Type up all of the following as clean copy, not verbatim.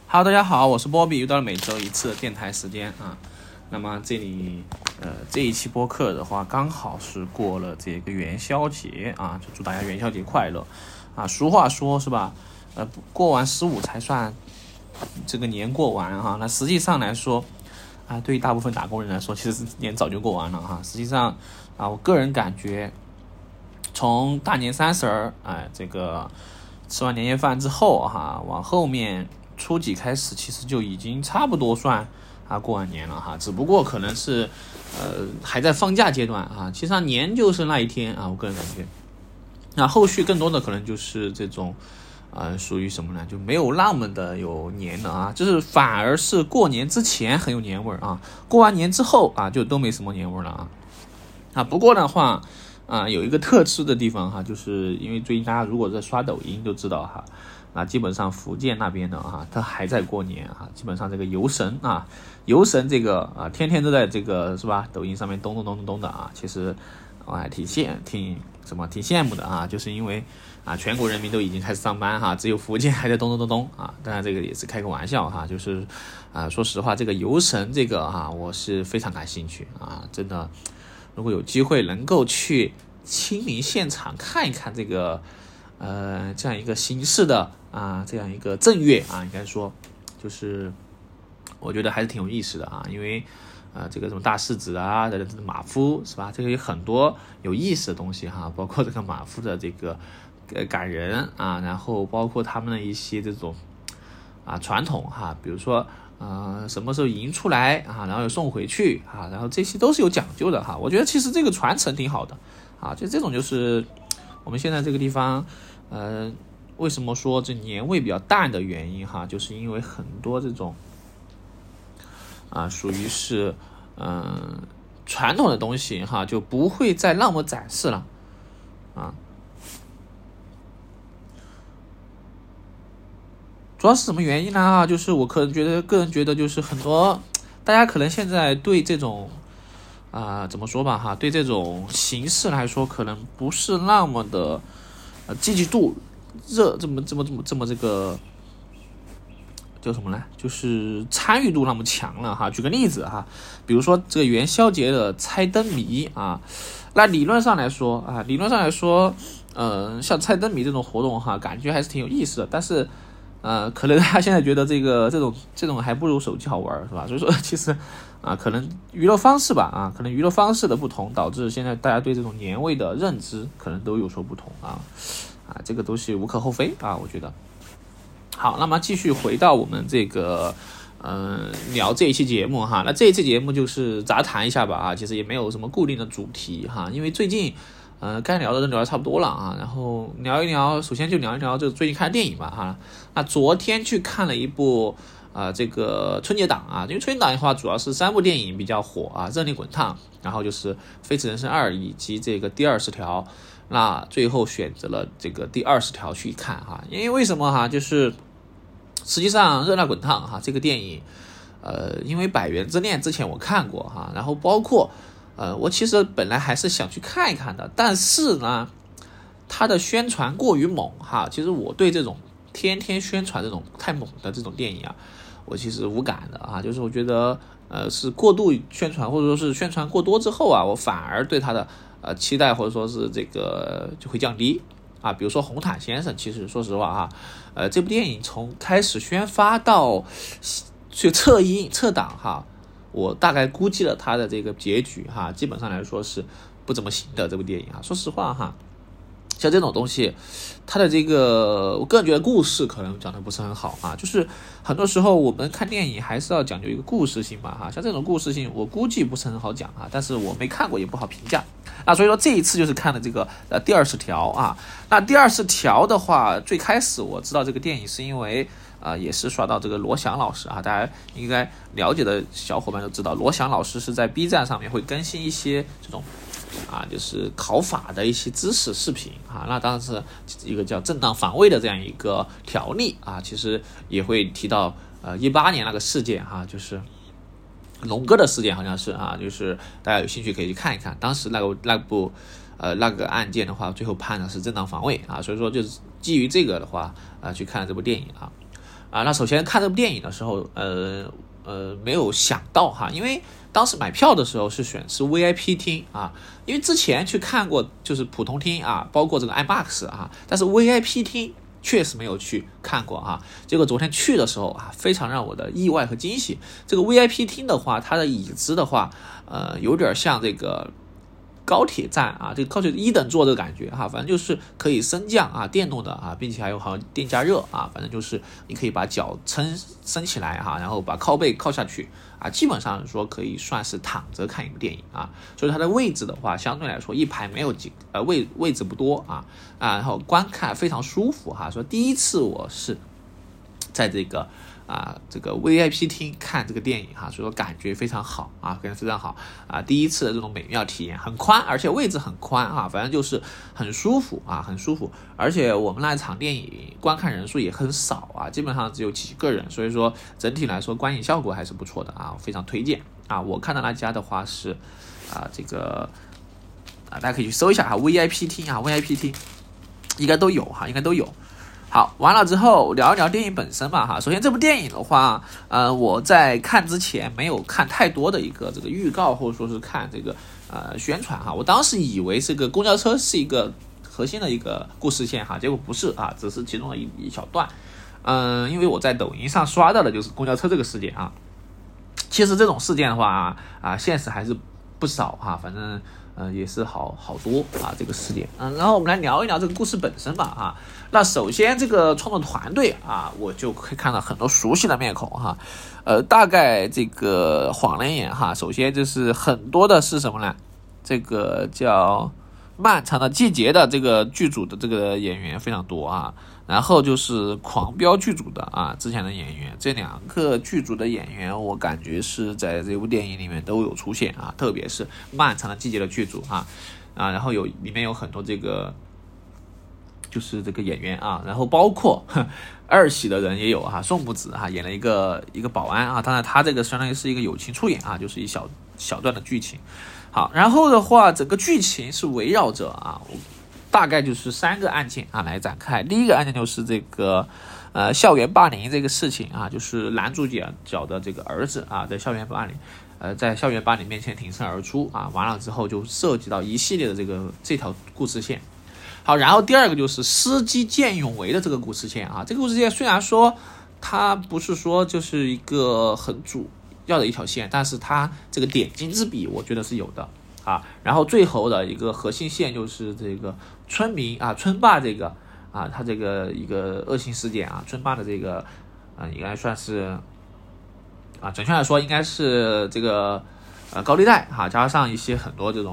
Hello， 大家好，我是波比，又到了每周一次的电台时间啊。那么这一期播客的话，刚好是过了这个元宵节啊，就祝大家元宵节快乐啊。俗话说是吧，过完15才算这个年过完哈。那实际上来说啊，对于大部分打工人来说，其实年早就过完了哈。实际上啊，我个人感觉，从大年30，这个吃完年夜饭之后哈，往后面初几开始，其实就已经差不多算过完年了哈，只不过可能是还在放假阶段啊。其实上年就是那一天啊，我个人感觉，那后续更多的可能就是这种属于什么呢？就没有那么的有年了啊，就是反而是过年之前很有年味啊，过完年之后啊就都没什么年味了啊。不过的话有一个特殊的地方哈，就是因为最近大家如果在刷抖音都知道哈。基本上福建那边的他还在过年基本上这个游神这个天天都在这个是吧，抖音上面咚咚咚咚咚的其实我还挺羡慕的就是因为全国人民都已经开始上班只有福建还在咚咚咚咚当然这个也是开个玩笑就是说实话，这个游神这个我是非常感兴趣真的，如果有机会能够去亲临现场看一看这个这样一个形式的这样一个正月应该说就是我觉得还是挺有意思的因为这个什么大世子马夫是吧，这个有很多有意思的东西包括这个马夫的这个感人然后包括他们的一些这种传统比如说什么时候迎出来然后又送回去然后这些都是有讲究的我觉得其实这个传承挺好的就这种就是我们现在这个地方为什么说这年味比较淡的原因就是因为很多这种属于是传统的东西就不会再那么展示了主要是什么原因呢就是我个人觉得就是很多大家可能现在对这种怎么说吧对这种形式来说可能不是那么的积极度这么这个叫什么呢，就是参与度那么强了举个例子比如说这个元宵节的猜灯谜那理论上来说像猜灯谜这种活动感觉还是挺有意思的，但是可能他现在觉得这种还不如手机好玩是吧？所以说其实可能娱乐方式吧可能娱乐方式的不同导致现在大家对这种年味的认知可能都有所不同这个东西无可厚非我觉得。好，那么继续回到我们这个聊这一期节目那这一期节目就是杂谈一下吧其实也没有什么固定的主题因为最近该聊的都聊得差不多了然后聊一聊，首先就聊一聊就最近看的电影吧那昨天去看了一部这个春节档因为春节档的话主要是3部电影比较火热力滚烫，然后就是《飞驰人生2》以及这个第20条，那最后选择了这个第20条去看因为为什么就是实际上热辣滚烫这个电影因为百元之恋之前我看过然后包括我其实本来还是想去看一看的，但是呢它的宣传过于猛其实我对这种天天宣传这种太猛的这种电影我其实无感的就是我觉得是过度宣传，或者说是宣传过多之后我反而对它的期待或者说是这个就会降低比如说红毯先生，其实说实话这部电影从开始宣发到去测映测档我大概估计了它的这个结局基本上来说是不怎么行的这部电影说实话像这种东西它的这个我个人觉得故事可能讲的不是很好就是很多时候我们看电影还是要讲究一个故事性吧像这种故事性我估计不是很好讲但是我没看过也不好评价所以说这一次就是看了这个第20条那第20条的话，最开始我知道这个电影是因为也是刷到这个罗翔老师大家应该了解的小伙伴都知道，罗翔老师是在 B 站上面会更新一些这种就是考法的一些知识视频那当然是一个叫正当防卫的这样一个条例其实也会提到18年那个事件就是龙哥的事件，好像是就是大家有兴趣可以去看一看，当时那个案件的话，最后判的是正当防卫所以说就是基于这个的话去看这部电影那首先看这部电影的时候，没有想到哈，因为当时买票的时候是VIP 厅啊，因为之前去看过就是普通厅啊，包括这个 IMAX 啊，但是 VIP 厅确实没有去看过啊。结果昨天去的时候啊，非常让我的意外和惊喜。这个 VIP 厅的话，它的椅子的话，有点像这个高铁站啊，这个高铁一等座的感觉哈，反正就是可以升降啊，电动的啊，并且还有好像电加热啊，反正就是你可以把脚升起来哈，然后把靠背靠下去啊，基本上说可以算是躺着看一部电影啊，所以它的位置的话，相对来说一排没有位置不多啊，然后观看非常舒服哈，说第一次我是在这个VIP 厅看这个电影哈，所以说感觉非常好啊，非常好啊，第一次的这种美妙体验，很宽，而且位置很宽啊，反正就是很舒服啊，很舒服。而且我们那场电影观看人数也很少啊，基本上只有几个人，所以说整体来说观影效果还是不错的啊，非常推荐啊。我看到那家的话是大家可以去搜一下啊 ，VIP 厅啊 ，VIP 厅应该都有哈，应该都有。好，完了之后聊一聊电影本身吧哈。首先这部电影的话，我在看之前没有看太多的一个这个预告，或者说是看这个宣传哈。我当时以为这个公交车是一个核心的一个故事线哈，结果不是啊，只是其中的一小段。因为我在抖音上刷到的就是公交车这个事件啊。其实这种事件的话现实还是不少哈，反正也是好多啊这个事件。然后我们来聊一聊这个故事本身吧哈。那首先这个创作团队啊，我就可以看到很多熟悉的面孔哈。大概这个晃人眼哈，首先就是很多的是什么呢？这个叫漫长的季节的这个剧组的这个演员非常多啊。然后就是狂飙剧组的啊，之前的演员，这两个剧组的演员，我感觉是在这部电影里面都有出现啊，特别是漫长的季节的剧组然后里面有很多这个就是这个演员啊，然后包括二喜的人也有哈，宋木子哈演了一个保安啊，当然他这个相当于是一个友情出演啊，就是一小段的剧情。好，然后的话，整个剧情是围绕着大概就是3个案件啊来展开。第一个案件就是这个校园霸凌这个事情啊，就是男主角的这个儿子啊在校园霸凌面前挺身而出啊，完了之后就涉及到一系列的这条故事线。好，然后第二个就是司机见义勇为的这个故事线啊，这个故事线虽然说它不是说就是一个很主要的一条线，但是它这个点睛之笔我觉得是有的啊。然后最后的一个核心线就是这个村民啊，村霸这个他这个一个恶性事件啊，村霸的这个应该算是准确来说应该是这个高利贷加上一些很多这种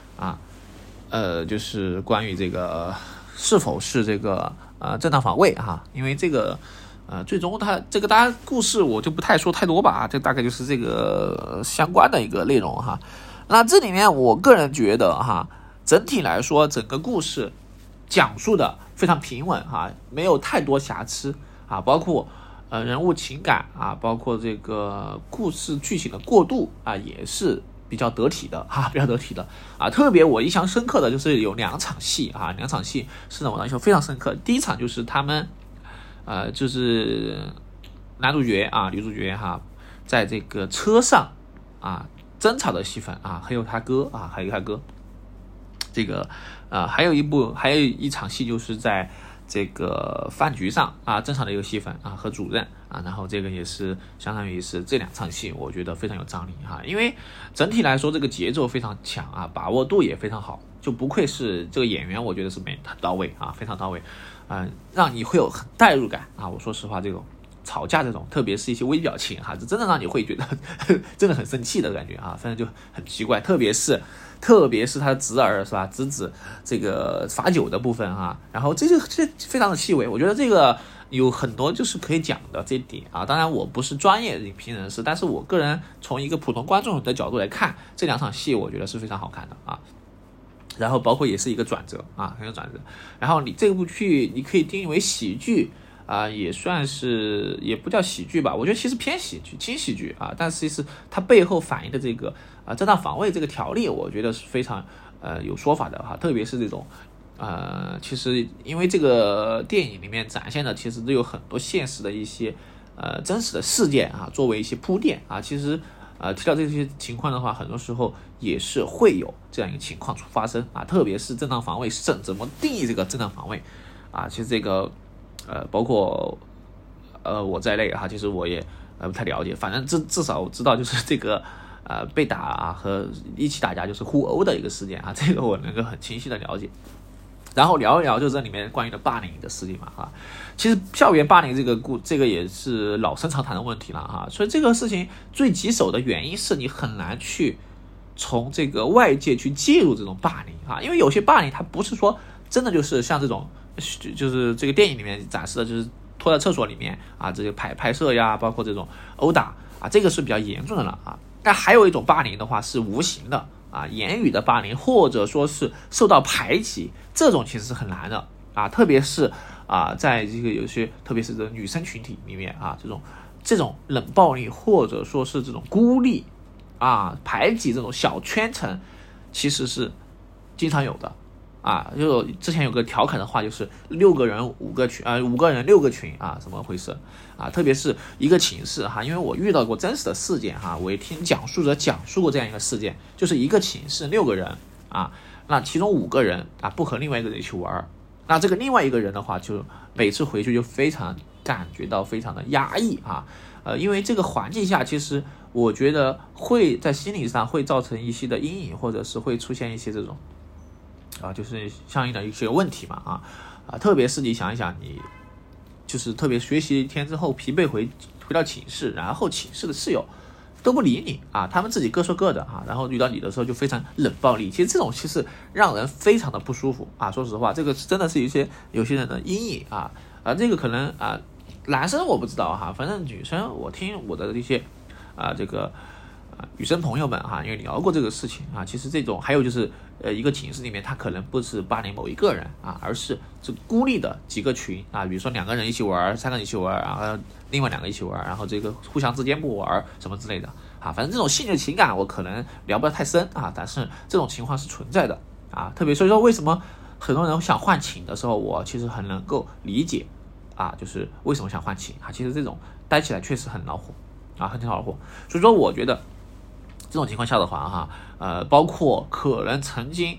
就是关于这个是否是这个正当防卫因为这个最终它这个大家故事我就不太说太多吧这大概就是这个相关的一个内容那这里面我个人觉得整体来说整个故事讲述的非常平稳没有太多瑕疵包括人物情感包括这个故事剧情的过渡也是比较得体的特别我印象深刻的就是有2场戏是让我印象非常深刻。第一场就是他们就是男主角女主角在这个车上争吵的戏份还有他哥这个还有一场戏就是在这个饭局上正常的一个戏份和主任然后这个也是相当于是这2场戏我觉得非常有张力因为整体来说这个节奏非常强把握度也非常好，就不愧是这个演员，我觉得是很到位非常到位让你会有很代入感我说实话，这种吵架这种特别是一些微表情这真的让你会觉得真的很生气的感觉反正就很奇怪，特别是他的侄儿是吧，侄子这个罚酒的部分然后这非常的细微，我觉得这个有很多就是可以讲的这点当然我不是专业影评人士，但是我个人从一个普通观众的角度来看这2场戏我觉得是非常好看的然后包括也是一个转折很有转折。然后你这部剧你可以定义为喜剧也算是也不叫喜剧吧，我觉得其实偏喜剧轻喜剧但其实它背后反映的这个正当防卫这个条例我觉得是非常有说法的特别是这种其实因为这个电影里面展现的其实都有很多现实的一些真实的事件啊，作为一些铺垫啊，其实提到这些情况的话，很多时候也是会有这样一个情况发生啊，特别是正当防卫是怎么定义这个正当防卫啊，其实这个包括我在内哈，其实我也不太了解，反正至少我知道就是这个被打啊和一起打架就是互殴的一个事件啊，这个我能够很清晰的了解。然后聊一聊就这里面关于的霸凌的事情嘛哈，其实校园霸凌这个也是老生常谈的问题了哈，所以这个事情最棘手的原因是你很难去从这个外界去介入这种霸凌啊，因为有些霸凌它不是说真的就是像这种就是这个电影里面展示的就是拖在厕所里面啊，这个拍摄呀，包括这种殴打啊，这个是比较严重的了啊。但还有一种霸凌的话是无形的啊，言语的霸凌，或者说是受到排挤，这种其实是很难的啊，特别是在这个有些特别是这女生群体里面啊，这种冷暴力或者说是这种孤立啊、排挤这种小圈层，其实是经常有的啊。就之前有个调侃的话，就是6个人5个群5个人6个群啊，怎么回事啊？特别是一个寝室哈，因为我遇到过真实的事件哈，我也听讲述者讲述过这样一个事件，就是一个寝室6个人啊，那其中5个人啊不和另外一个人一起玩，那这个另外一个人的话，就每次回去就非常感觉到非常的压抑啊，因为这个环境下，其实我觉得会在心理上会造成一些的阴影，或者是会出现一些这种就是相应的一些问题嘛特别是你想一想，你就是特别学习一天之后疲惫回到寝室，然后寝室的室友都不理你啊，他们自己各说各的然后遇到你的时候就非常冷暴力，其实这种其实让人非常的不舒服啊。说实话，这个真的是有些人的阴影这个可能男生我不知道反正女生我听我的一些这个女生朋友们因为聊过这个事情其实这种还有就是一个寝室里面他可能不是霸凌某一个人而是孤立的几个群比如说2个人一起玩，3个人一起玩，然后另外2个一起玩，然后这个互相之间不玩什么之类的反正这种性质情感我可能聊不得太深但是这种情况是存在的特别所以说为什么很多人想换寝的时候，我其实很能够理解就是为什么想换寝其实这种待起来确实很恼火很恼火。所以说我觉得这种情况下的话包括可能曾经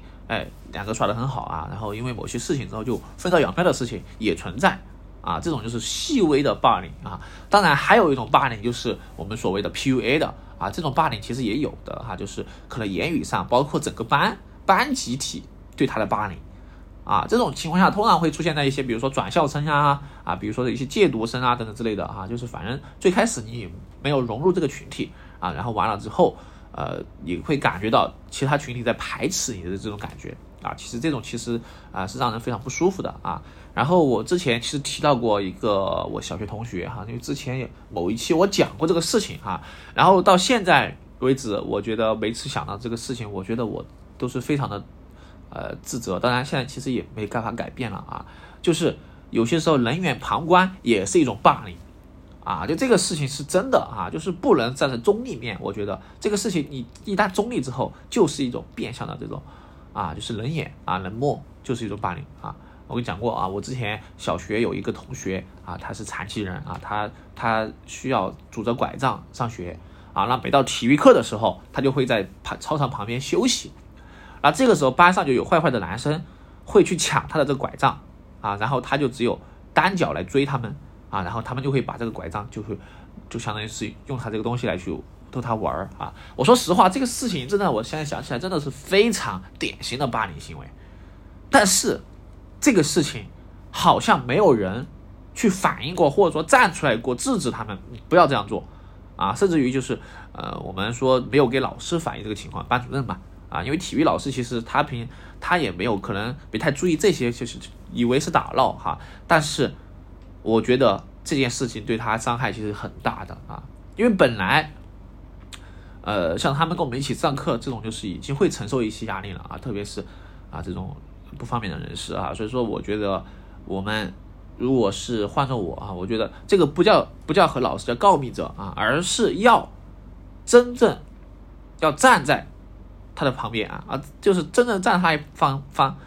2个耍得很好然后因为某些事情之后就分道扬镳的事情也存在这种就是细微的霸凌当然还有一种霸凌就是我们所谓的 PUA 的这种霸凌其实也有的就是可能言语上包括整个班集体对他的霸凌这种情况下通常会出现在一些比如说转校生比如说一些借读生等等之类的就是反正最开始你没有融入这个群体然后完了之后你会感觉到其他群体在排斥你的这种感觉其实这种其实是让人非常不舒服的然后我之前其实提到过一个我小学同学因为之前某一期我讲过这个事情然后到现在为止我觉得每次想到这个事情我觉得我都是非常的自责，当然现在其实也没办法改变了就是有些时候冷眼旁观也是一种霸凌就这个事情是真的就是不能站在中立面，我觉得这个事情你一旦中立之后就是一种变相的这种就是冷眼冷漠，就是一种霸凌我跟你讲过我之前小学有一个同学他是残疾人他需要拄着拐杖上学那每到体育课的时候他就会在操场旁边休息这个时候班上就有坏的男生会去抢他的这个拐杖然后他就只有单脚来追他们然后他们就会把这个拐杖就相当于是用他这个东西来去逗他玩我说实话这个事情真的我现在想起来真的是非常典型的霸凌行为，但是这个事情好像没有人去反映过，或者说站出来过制止他们不要这样做甚至于就是我们说没有给老师反映这个情况，班主任嘛因为体育老师其实他也没有可能没太注意这些，就是以为是打闹但是我觉得这件事情对他伤害其实很大的因为本来像他们跟我们一起上课这种就是已经会承受一些压力了特别是这种不方便的人士所以说我觉得我们如果是换成我觉得这个不叫和老师叫告密者而是要真正要站在他的旁边就是真正站他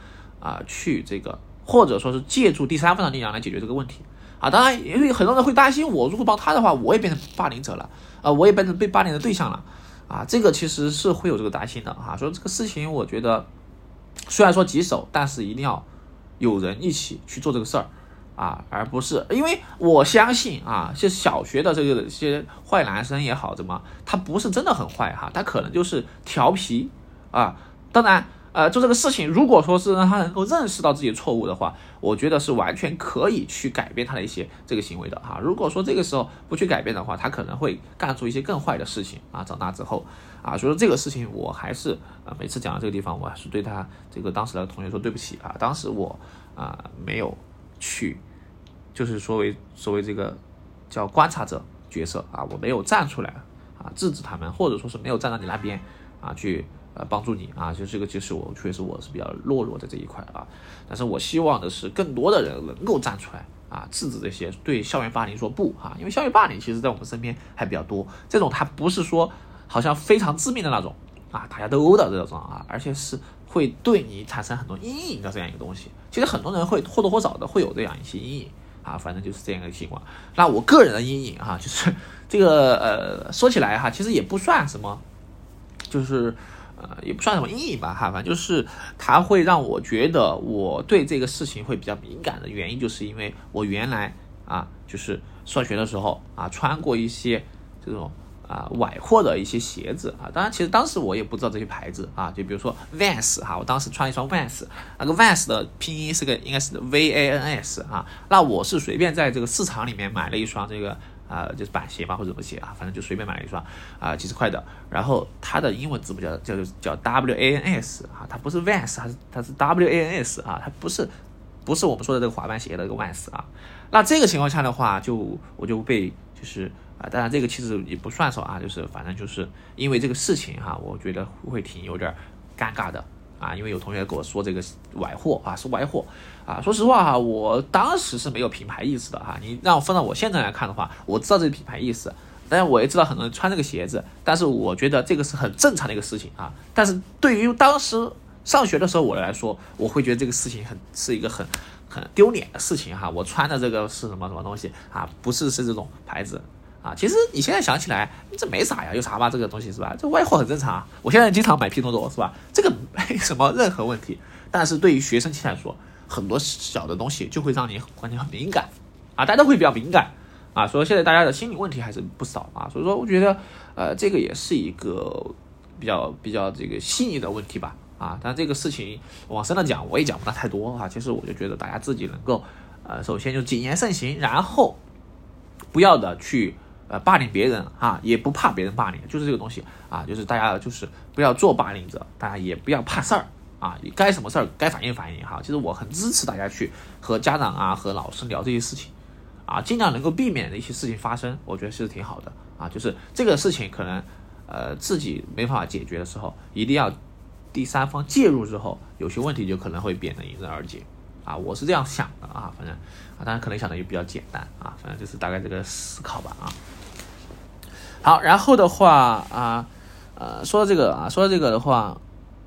去这个或者说是借助第三方的力量来解决这个问题啊。当然，因为很多人会担心，我如果帮他的话，我也变成霸凌者了我也变成被霸凌的对象了这个其实是会有这个担心的所以这个事情我觉得虽然说棘手，但是一定要有人一起去做这个事儿而不是因为我相信是小学的这些坏男生也好，他不是真的很坏他可能就是调皮当然做这个事情，如果说是让他能够认识到自己的错误的话，我觉得是完全可以去改变他的一些这个行为的如果说这个时候不去改变的话，他可能会干出一些更坏的事情长大之后所以说这个事情我还是每次讲到这个地方，我还是对他这个当时的同学说对不起当时我没有去就是所谓这个叫观察者角色我没有站出来制止他们，或者说是没有站在你那边去帮助你就这个就是确实我是比较懦弱在这一块但是我希望的是更多的人能够站出来制止这些对校园霸凌说不因为校园霸凌其实在我们身边还比较多，这种它不是说好像非常致命的那种大家都的这种而且是会对你产生很多阴影的这样一个东西。其实很多人会或多或少的会有这样一些阴影反正就是这样一个情况。那我个人的阴影就是这个说起来其实也不算什么，就是也不算什么阴影吧反正就是它会让我觉得我对这个事情会比较敏感的原因，就是因为我原来就是上学的时候穿过一些这种崴货的一些鞋子当然其实当时我也不知道这些牌子就比如说 Vans 我当时穿一双 Vans， 那个 Vans 的拼音应该是 VANS 那我是随便在这个市场里面买了一双这个就是板鞋吧或者什么鞋反正就随便买了一双几十块的，然后它的英文字母叫 WANS 它不是 Vans， 它是 WANS 它不是我们说的这个滑板鞋的这个 Vans 那这个情况下的话我就被就是当然这个其实也不算什么就是反正就是因为这个事情我觉得会挺有点尴尬的因为有同学跟我说这个崴货是崴货说实话我当时是没有品牌意识的你让我放到我现在来看的话，我知道这个品牌意识，但是我也知道很多人穿这个鞋子，但是我觉得这个是很正常的一个事情但是对于当时上学的时候我来说，我会觉得这个事情是一个很丢脸的事情我穿的这个是什么东西不是这种牌子其实你现在想起来这没啥呀，有啥吧这个东西是吧？这外货很正常我现在经常买拼多多是吧？这个没什么任何问题。但是对于学生期来说，很多小的东西就会让你感觉很敏感大家都会比较敏感所以现在大家的心理问题还是不少所以说我觉得这个也是一个比较这个细腻的问题吧但这个事情往深了讲我也讲不到太多其实我就觉得大家自己能够首先就谨言慎行，然后不要的去霸凌别人也不怕别人霸凌，就是这个东西就是大家就是不要做霸凌者，大家也不要怕事儿该什么事儿该反映反映其实我很支持大家去和家长和老师聊这些事情尽量能够避免的一些事情发生，我觉得是挺好的就是这个事情可能自己没办法解决的时候，一定要第三方介入之后，有些问题就可能会变得迎刃而解我是这样想的反正当然可能想的也比较简单反正就是大概这个思考吧好，然后的话说到这个的话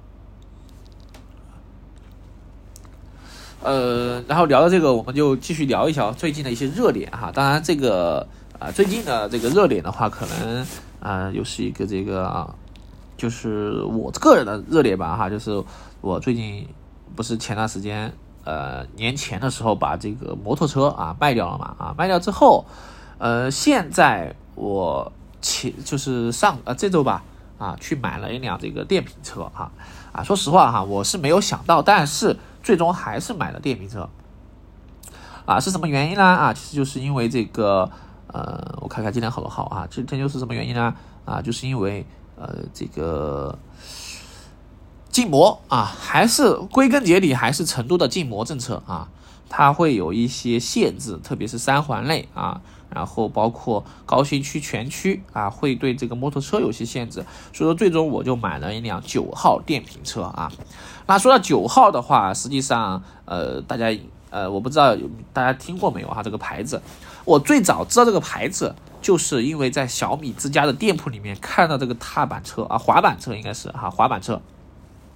然后聊到这个，我们就继续聊一聊最近的一些热点当然这个最近的这个热点的话，可能又是一个这个就是我个人的热点吧就是我最近不是前段时间年前的时候把这个摩托车卖掉了嘛卖掉之后现在我就是这周吧去买了一辆这个电瓶车说实话我是没有想到，但是最终还是买了电瓶车是什么原因呢其实就是因为这个我看看今天好不好这就是什么原因呢就是因为这个禁摩还是归根结底还是成都的禁摩政策它会有一些限制，特别是三环内然后包括高新区全区会对这个摩托车有些限制，所以说最终我就买了一辆9号电瓶车那说到9号的话，实际上大家我不知道大家听过没有这个牌子。我最早知道这个牌子就是因为在小米之家的店铺里面看到这个踏板车滑板车应该是滑板车。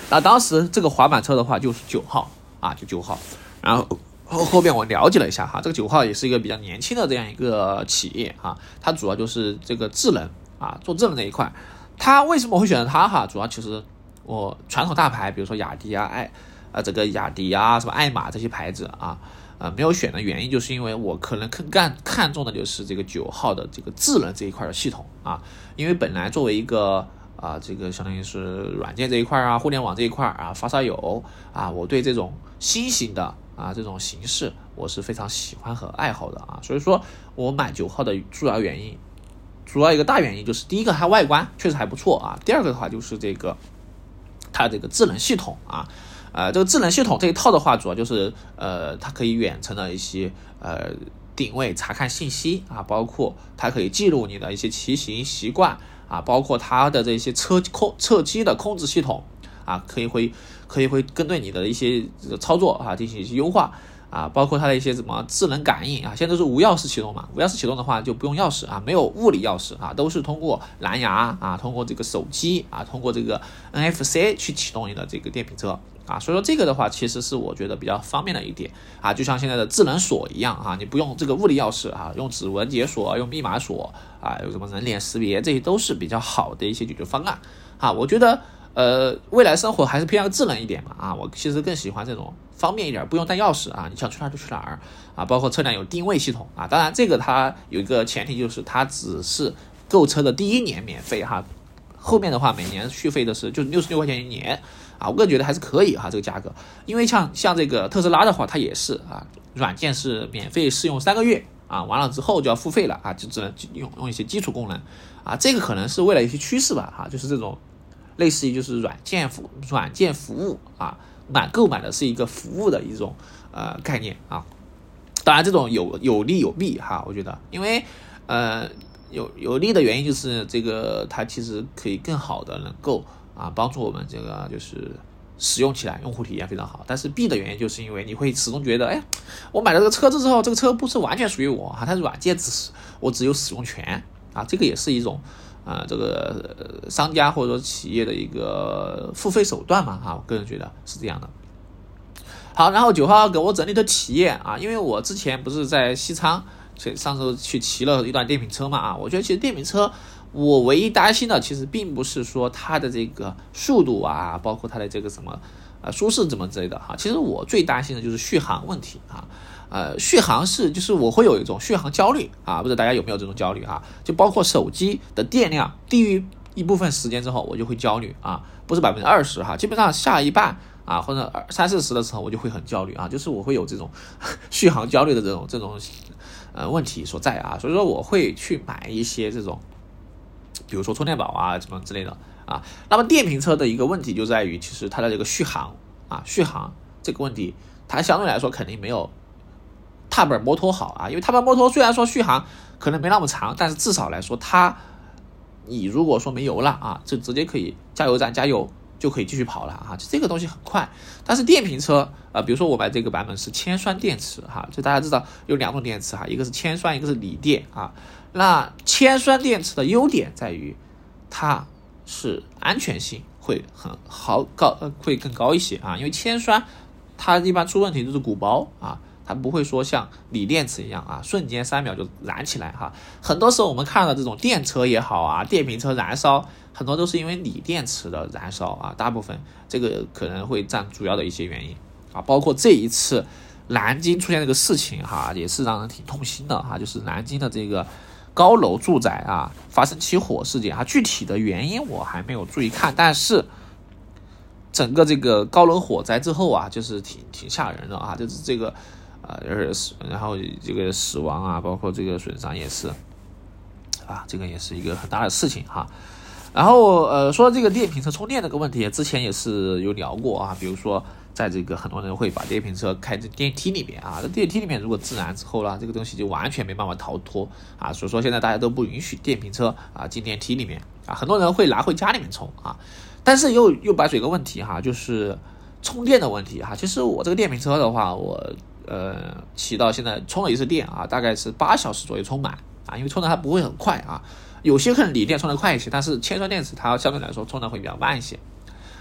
那当时这个滑板车的话就是9号啊，就9号。然后后边我了解了一下哈，这个9号也是一个比较年轻的这样一个企业哈，它主要就是这个智能啊，做智能这一块。它为什么会选择它哈？主要其实我传统大牌，比如说雅迪啊、这个雅迪啊、什么爱玛这些牌子啊，没有选的原因就是因为我可能更看重的就是这个9号的这个智能这一块的系统啊，因为本来作为一个这个相当于是软件这一块啊，互联网这一块啊，发烧友啊，我对这种新型的这种形式我是非常喜欢和爱好的啊，所以说我买9号的主要一个大原因就是第一个它外观确实还不错啊，第二个的话就是这个它这个智能系统啊，这个智能系统这一套的话，主要就是它可以远程的一些定位查看信息啊，包括它可以记录你的一些骑行习惯啊，包括它的这些侧击的控制系统啊，可以会针对你的一些操作啊进行一些优化啊，包括它的一些什么智能感应啊，现在都是无钥匙启动嘛，无钥匙启动的话就不用钥匙啊，没有物理钥匙啊，都是通过蓝牙啊，通过这个手机啊，通过这个 NFC 去启动你的这个电瓶车啊，所以说这个的话其实是我觉得比较方便的一点啊，就像现在的智能锁一样啊，你不用这个物理钥匙啊，用指纹解锁，用密码锁啊，有什么人脸识别，这些都是比较好的一些解决方案啊，我觉得未来生活还是偏向智能一点嘛啊，我其实更喜欢这种方便一点，不用带钥匙啊，你想去哪儿就去哪儿啊，包括车辆有定位系统啊，当然这个它有一个前提就是它只是购车的第1年免费哈，后面的话每年续费的是就是66块钱一年啊，我个人觉得还是可以哈这个价格，因为像这个特斯拉的话，它也是啊，软件是免费试用3个月啊，完了之后就要付费了啊，就只能用一些基础功能啊，这个可能是未来一些趋势吧哈，就是这种类似于就是软件服务啊，购买的是一个服务的一种概念啊，当然这种有利有弊哈，我觉得因为有利的原因就是这个它其实可以更好的能够帮助我们这个就是使用起来用户体验非常好，但是弊的原因就是因为你会始终觉得哎，我买了这个车子之后，这个车不是完全属于我它是软件我只有使用权啊，这个也是一种这个商家或者说企业的一个付费手段嘛我个人觉得是这样的。好，然后9号给我整理的体验因为我之前不是在西昌上周去骑了一段电瓶车嘛我觉得其实电瓶车我唯一担心的其实并不是说它的这个速度包括它的这个什么舒适怎么之类的其实我最担心的就是续航问题续航就是我会有一种续航焦虑不知道大家有没有这种焦虑就包括手机的电量低于一部分时间之后我就会焦虑不是20%基本上下一半或者30-40%的时候我就会很焦虑就是我会有这种续航焦虑的这种问题所在所以说我会去买一些这种比如说充电宝什么之类的那么电瓶车的一个问题就在于其实它的这个续航这个问题它相对来说肯定没有踏板摩托好因为踏板摩托虽然说续航可能没那么长，但是至少来说你如果说没油了就直接可以加油站加油就可以继续跑了这个东西很快。但是电瓶车比如说我买这个版本是铅酸电池就大家知道有2种电池一个是铅酸，一个是锂电那铅酸电池的优点在于它是安全性会会更高一些因为铅酸它一般出问题就是鼓包它不会说像锂电池一样瞬间3秒就燃起来很多时候我们看到这种电车也好电瓶车燃烧很多都是因为锂电池的燃烧大部分这个可能会占主要的一些原因包括这一次南京出现这个事情也是让人挺痛心的就是南京的这个高楼住宅发生起火事件具体的原因我还没有注意看，但是整个这个高楼火灾之后就是挺吓人的就是这个然后这个死亡包括这个损伤也是这个也是一个很大的事情然后说这个电瓶车充电这个问题之前也是有聊过比如说在这个很多人会把电瓶车开在电梯里面这电梯里面如果自燃之后这个东西就完全没办法逃脱所以说现在大家都不允许电瓶车进电梯里面很多人会拿回家里面充但是又摆出一个问题就是充电的问题其实我这个电瓶车的话我骑到现在充了一次电大概是8小时左右充满因为充的它不会很快有些可能锂电充的快一些，但是铅酸电池它相对来说充的会比较慢一些。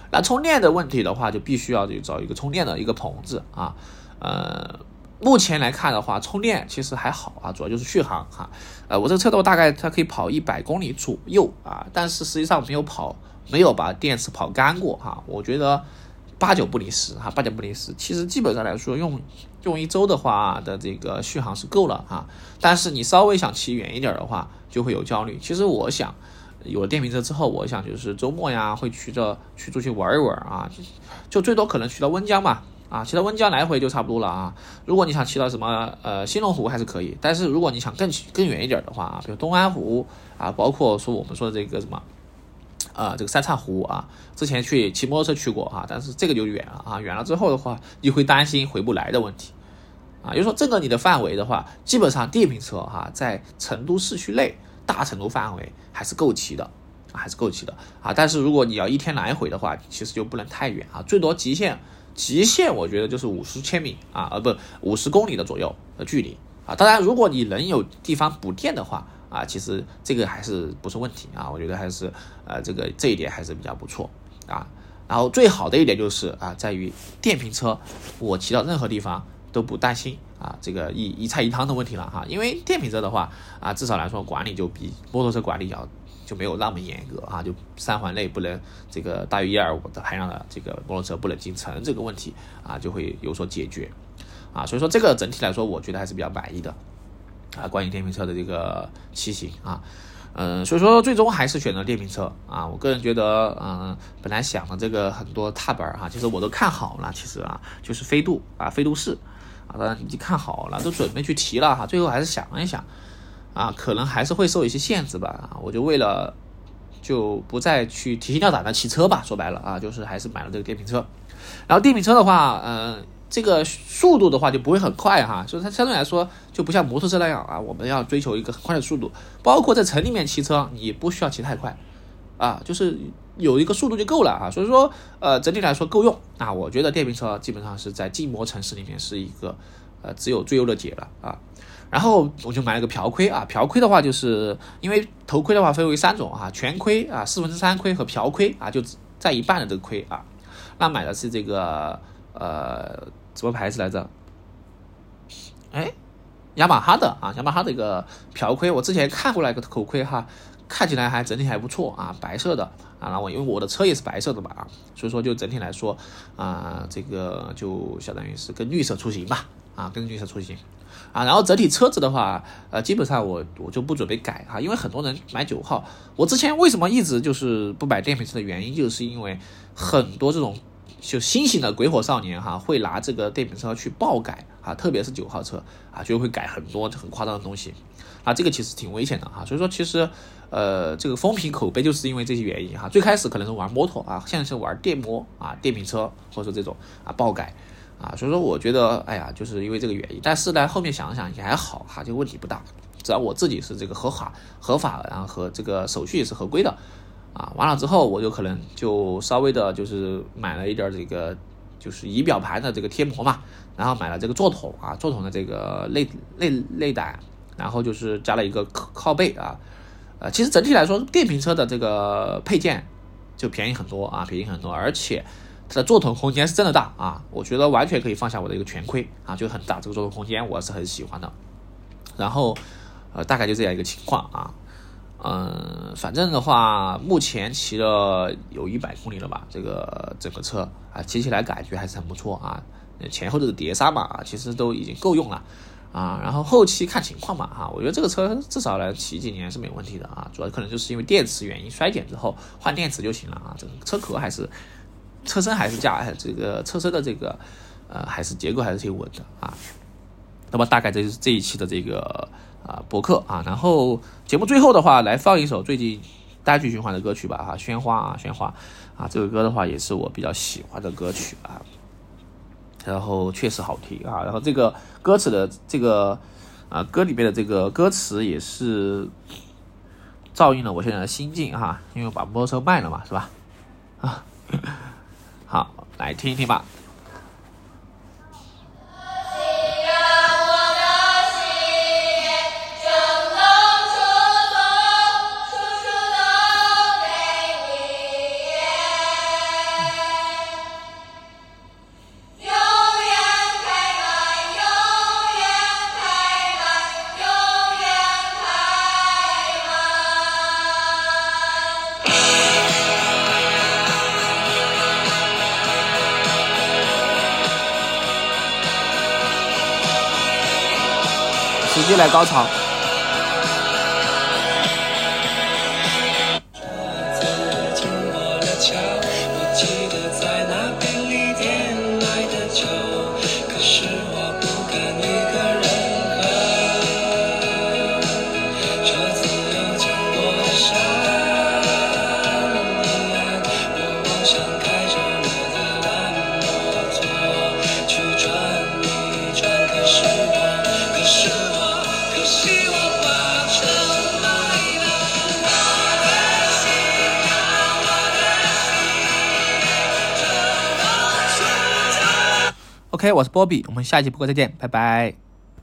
那充电的问题的话，就必须要去找一个充电的一个棚子啊。目前来看的话，充电其实还好啊，主要就是续航哈。我这个车的话，大概它可以跑100公里左右啊，但是实际上没有把电池跑干过哈。我觉得8、9不离10哈，8、9不离10。其实基本上来说，用1周的话的这个续航是够了哈。但是你稍微想骑远一点的话，就会有焦虑。其实我想，有了电瓶车之后，我想就是周末呀，会去出去玩一玩啊，就最多可能去到温江嘛。骑到温江来回就差不多了啊。如果你想骑到什么兴隆湖还是可以，但是如果你想更远一点的话，比如东安湖啊，包括说我们说的这个什么这个三岔湖啊，之前去骑摩托车去过啊，但是这个就远了啊，远了之后的话，你会担心回不来的问题啊。也就是说，这个你的范围的话，基本上电瓶车哈，在成都市区内大成都范围还是够骑的啊。但是如果你要一天来回的话，其实就不能太远啊，最多极限我觉得就是50千米啊，不50公里的左右的距离啊。当然，如果你能有地方补电的话啊，其实这个还是不是问题啊。我觉得还是这一点还是比较不错啊。然后最好的一点就是在于电瓶车，我骑到任何地方都不担心这个一菜一汤的问题了哈。因为电瓶车的话至少来说管理就比摩托车管理就没有那么严格就3环内不能这个大于125的排量的这个摩托车不能进城，这个问题就会有所解决所以说这个整体来说我觉得还是比较满意的关于电瓶车的这个骑行所以说最终还是选择电瓶车我个人觉得本来想的这个很多踏板其实我都看好了，其实就是飞度4当然已经看好了，都准备去提了最后还是想了一想可能还是会受一些限制吧我就为了就不再去提心吊胆的骑车吧，说白了就是还是买了这个电瓶车。然后电瓶车的话这个速度的话就不会很快所以它相对来说就不像摩托车那样我们要追求一个很快的速度，包括在城里面骑车你不需要骑太快就是有一个速度就够了所以说整体来说够用我觉得电瓶车基本上是在禁摩城市里面是一个只有最优的解了然后我就买了个朴盔朴盔的话就是因为头盔的话分为3种全盔3/4盔和朴盔就在一半的这个盔那买的是这个什么牌子来着？雅马哈的一个朴盔，我之前看过来个头盔看起来还整体还不错白色的然后因为我的车也是白色的嘛所以说就整体来说这个就相当于是跟绿色出行吧跟绿色出行然后整体车子的话基本上我就不准备改因为很多人买9号，我之前为什么一直就是不买电瓶车的原因，就是因为很多这种就新型的鬼火少年会拿这个电瓶车去爆改特别是9号车就会改很多很夸张的东西这个其实挺危险的所以说其实这个风评口碑就是因为这些原因最开始可能是玩摩托现在是玩电摩电瓶车或者说这种爆改所以说我觉得就是因为这个原因，但是呢后面想想也还好这个问题不大，只要我自己是这个合法然后和这个手续也是合规的完了之后我就可能就稍微的就是买了一点这个就是仪表盘的这个贴膜嘛，然后买了这个座筒座筒的这个内胆，然后就是加了一个靠背其实整体来说电瓶车的这个配件就便宜很多而且它的座筒空间是真的大我觉得完全可以放下我的一个全盔就很大，这个座筒空间我是很喜欢的。然后大概就这样一个情况反正的话目前骑了有100公里了吧，这个整个车骑起来感觉还是很不错前后这个碟刹嘛其实都已经够用了然后后期看情况嘛我觉得这个车至少来骑几年是没问题的主要可能就是因为电池原因衰减之后换电池就行了这个车壳还是车身还是这个车身的这个还是结构还是挺稳的那么大概这就是这一期的这个博客然后节目最后的话来放一首最近单曲循环的歌曲吧喧哗这个歌的话也是我比较喜欢的歌曲然后确实好听然后这个歌词的这个歌里面的这个歌词也是照应了我现在的心境因为我把摩托车卖了嘛是吧好，来听一听吧。 接来高潮。OK， 我是波比，我们下期播客再见，拜拜。